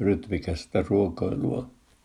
rytmikästä ruokailua.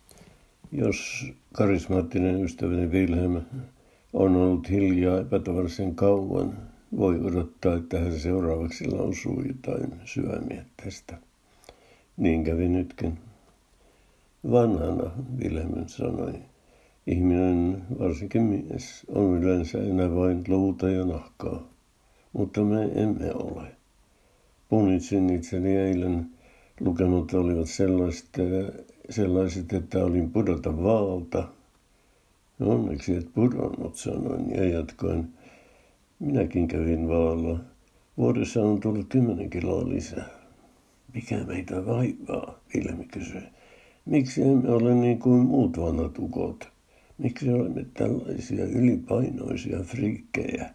Jos karismaattinen ystäväni Wilhelm on ollut hiljaa epätavallisen kauan, voi odottaa, että hän seuraavaksi lausuu jotain syömiä tästä. Niin kävi nytkin. Vanhana, Wilhelm sanoi, ihminen, varsinkin mies, on yleensä enää vain luuta ja nahkaa, mutta me emme ole. Punnitsin itseni eilen, lukemat olivat sellaiset, että olin pudota vaalta. Onneksi et pudonnut, sanoin ja jatkoin. Minäkin kävin vaalla. Vuodessa on tullut 10 kiloa lisää. Mikä meitä vaivaa, Wilhelm kysyi. Miksi emme ole niin kuin muut vanhat ukot? Miksi olemme tällaisia ylipainoisia friikkejä?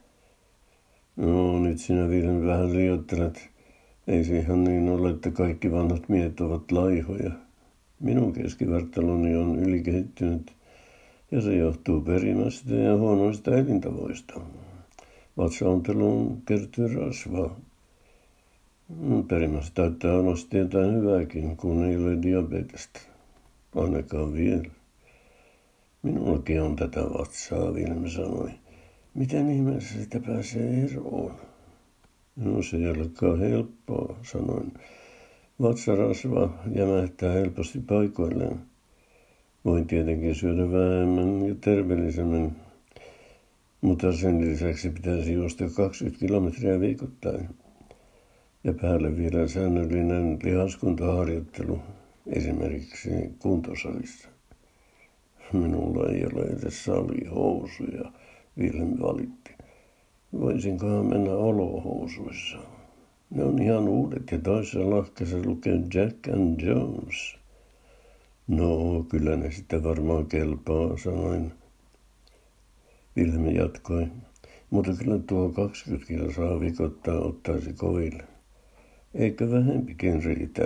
No, nyt sinä Wilhelm vähän liioittelet. Ei se ihan niin ole, että kaikki vanhat miehet ovat laihoja. Minun keskivartaloni on ylikehittynyt ja se johtuu perimästä ja huonoista elintavoista. Vatsaonteluun kertyy rasvaa. Perimästä taitaa olla jotain hyvääkin, kun ei ole diabetesta. Ainakaan vielä. Minullakin on tätä vatsaa, Wilhelm sanoi. Miten ihmeessä sitä pääsee eroon? No se ei olekaan helppoa, sanoin. Vatsarasva jämähtää helposti paikoilleen. Voin tietenkin syödä vähemmän ja terveellisemmin, mutta sen lisäksi pitäisi juosta 20 kilometriä viikoittain. Ja päälle vielä säännöllinen lihaskuntaharjoittelu, esimerkiksi kuntosalissa. Minulla ei ole edes salihousuja, Wilhelm valitti. Voisinkohan mennä olohousuissa? Ne on ihan uudet ja toisessa lahkassa lukee Jack and Jones. No, kyllä ne sitten varmaan kelpaa, sanoin. Wilhelm jatkoi. Mutta kyllä tuo 20 kilsaa viikoittaa ottaisi koville. Eikö vähempikin riitä?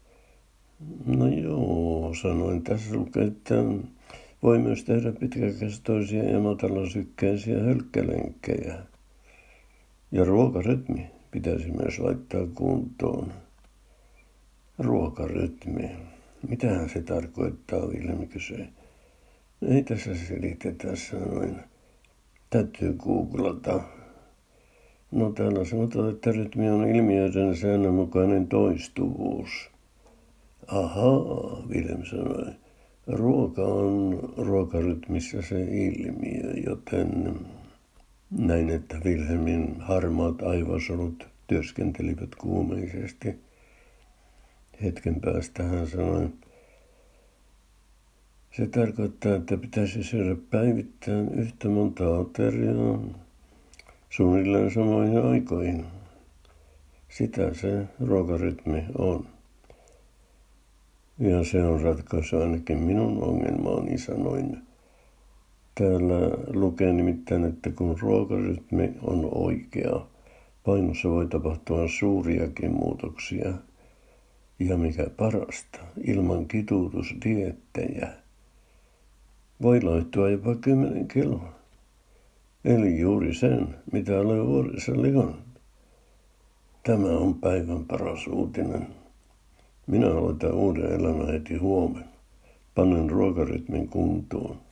No joo, sanoin. Tässä lukee, että voi myös tehdä pitkäkestoisia ja matalasykkeisiä hölkkälenkkejä. Ja ruokarytmi pitäisi myös laittaa kuntoon. Ruokarytmi. Mitähän se tarkoittaa, Wilhelm kysyi. Ei tässä selitetä, sanoin. Täytyy googlata. No täällä sanotaan, että rytmi on ilmiöiden säännönmukainen toistuvuus. Ahaa, Wilhelm sanoi. Ruoka on ruokarytmissä se ilmiö, joten näin, että Wilhelmin harmaat aivosolut työskentelivät kuumeisesti. Hetken päästä hän sanoi, se tarkoittaa, että pitäisi syödä päivittäin yhtä monta ateriaa suunnilleen samoihin aikoihin. Sitä se ruokarytmi on. Ja se on ratkaisu ainakin minun ongelmaani, sanoin. Täällä lukee nimittäin, että kun ruokarytmi on oikea, painossa voi tapahtua suuriakin muutoksia. Ja mikä parasta, ilman kituutusdiettejä. Voi laittua jopa 10 kiloa. Eli juuri sen, mitä olen vuodessa lihannut. Tämä on päivän paras uutinen. Minä aloitan uuden elämän heti huomenna. Panen ruokarytmin kuntoon.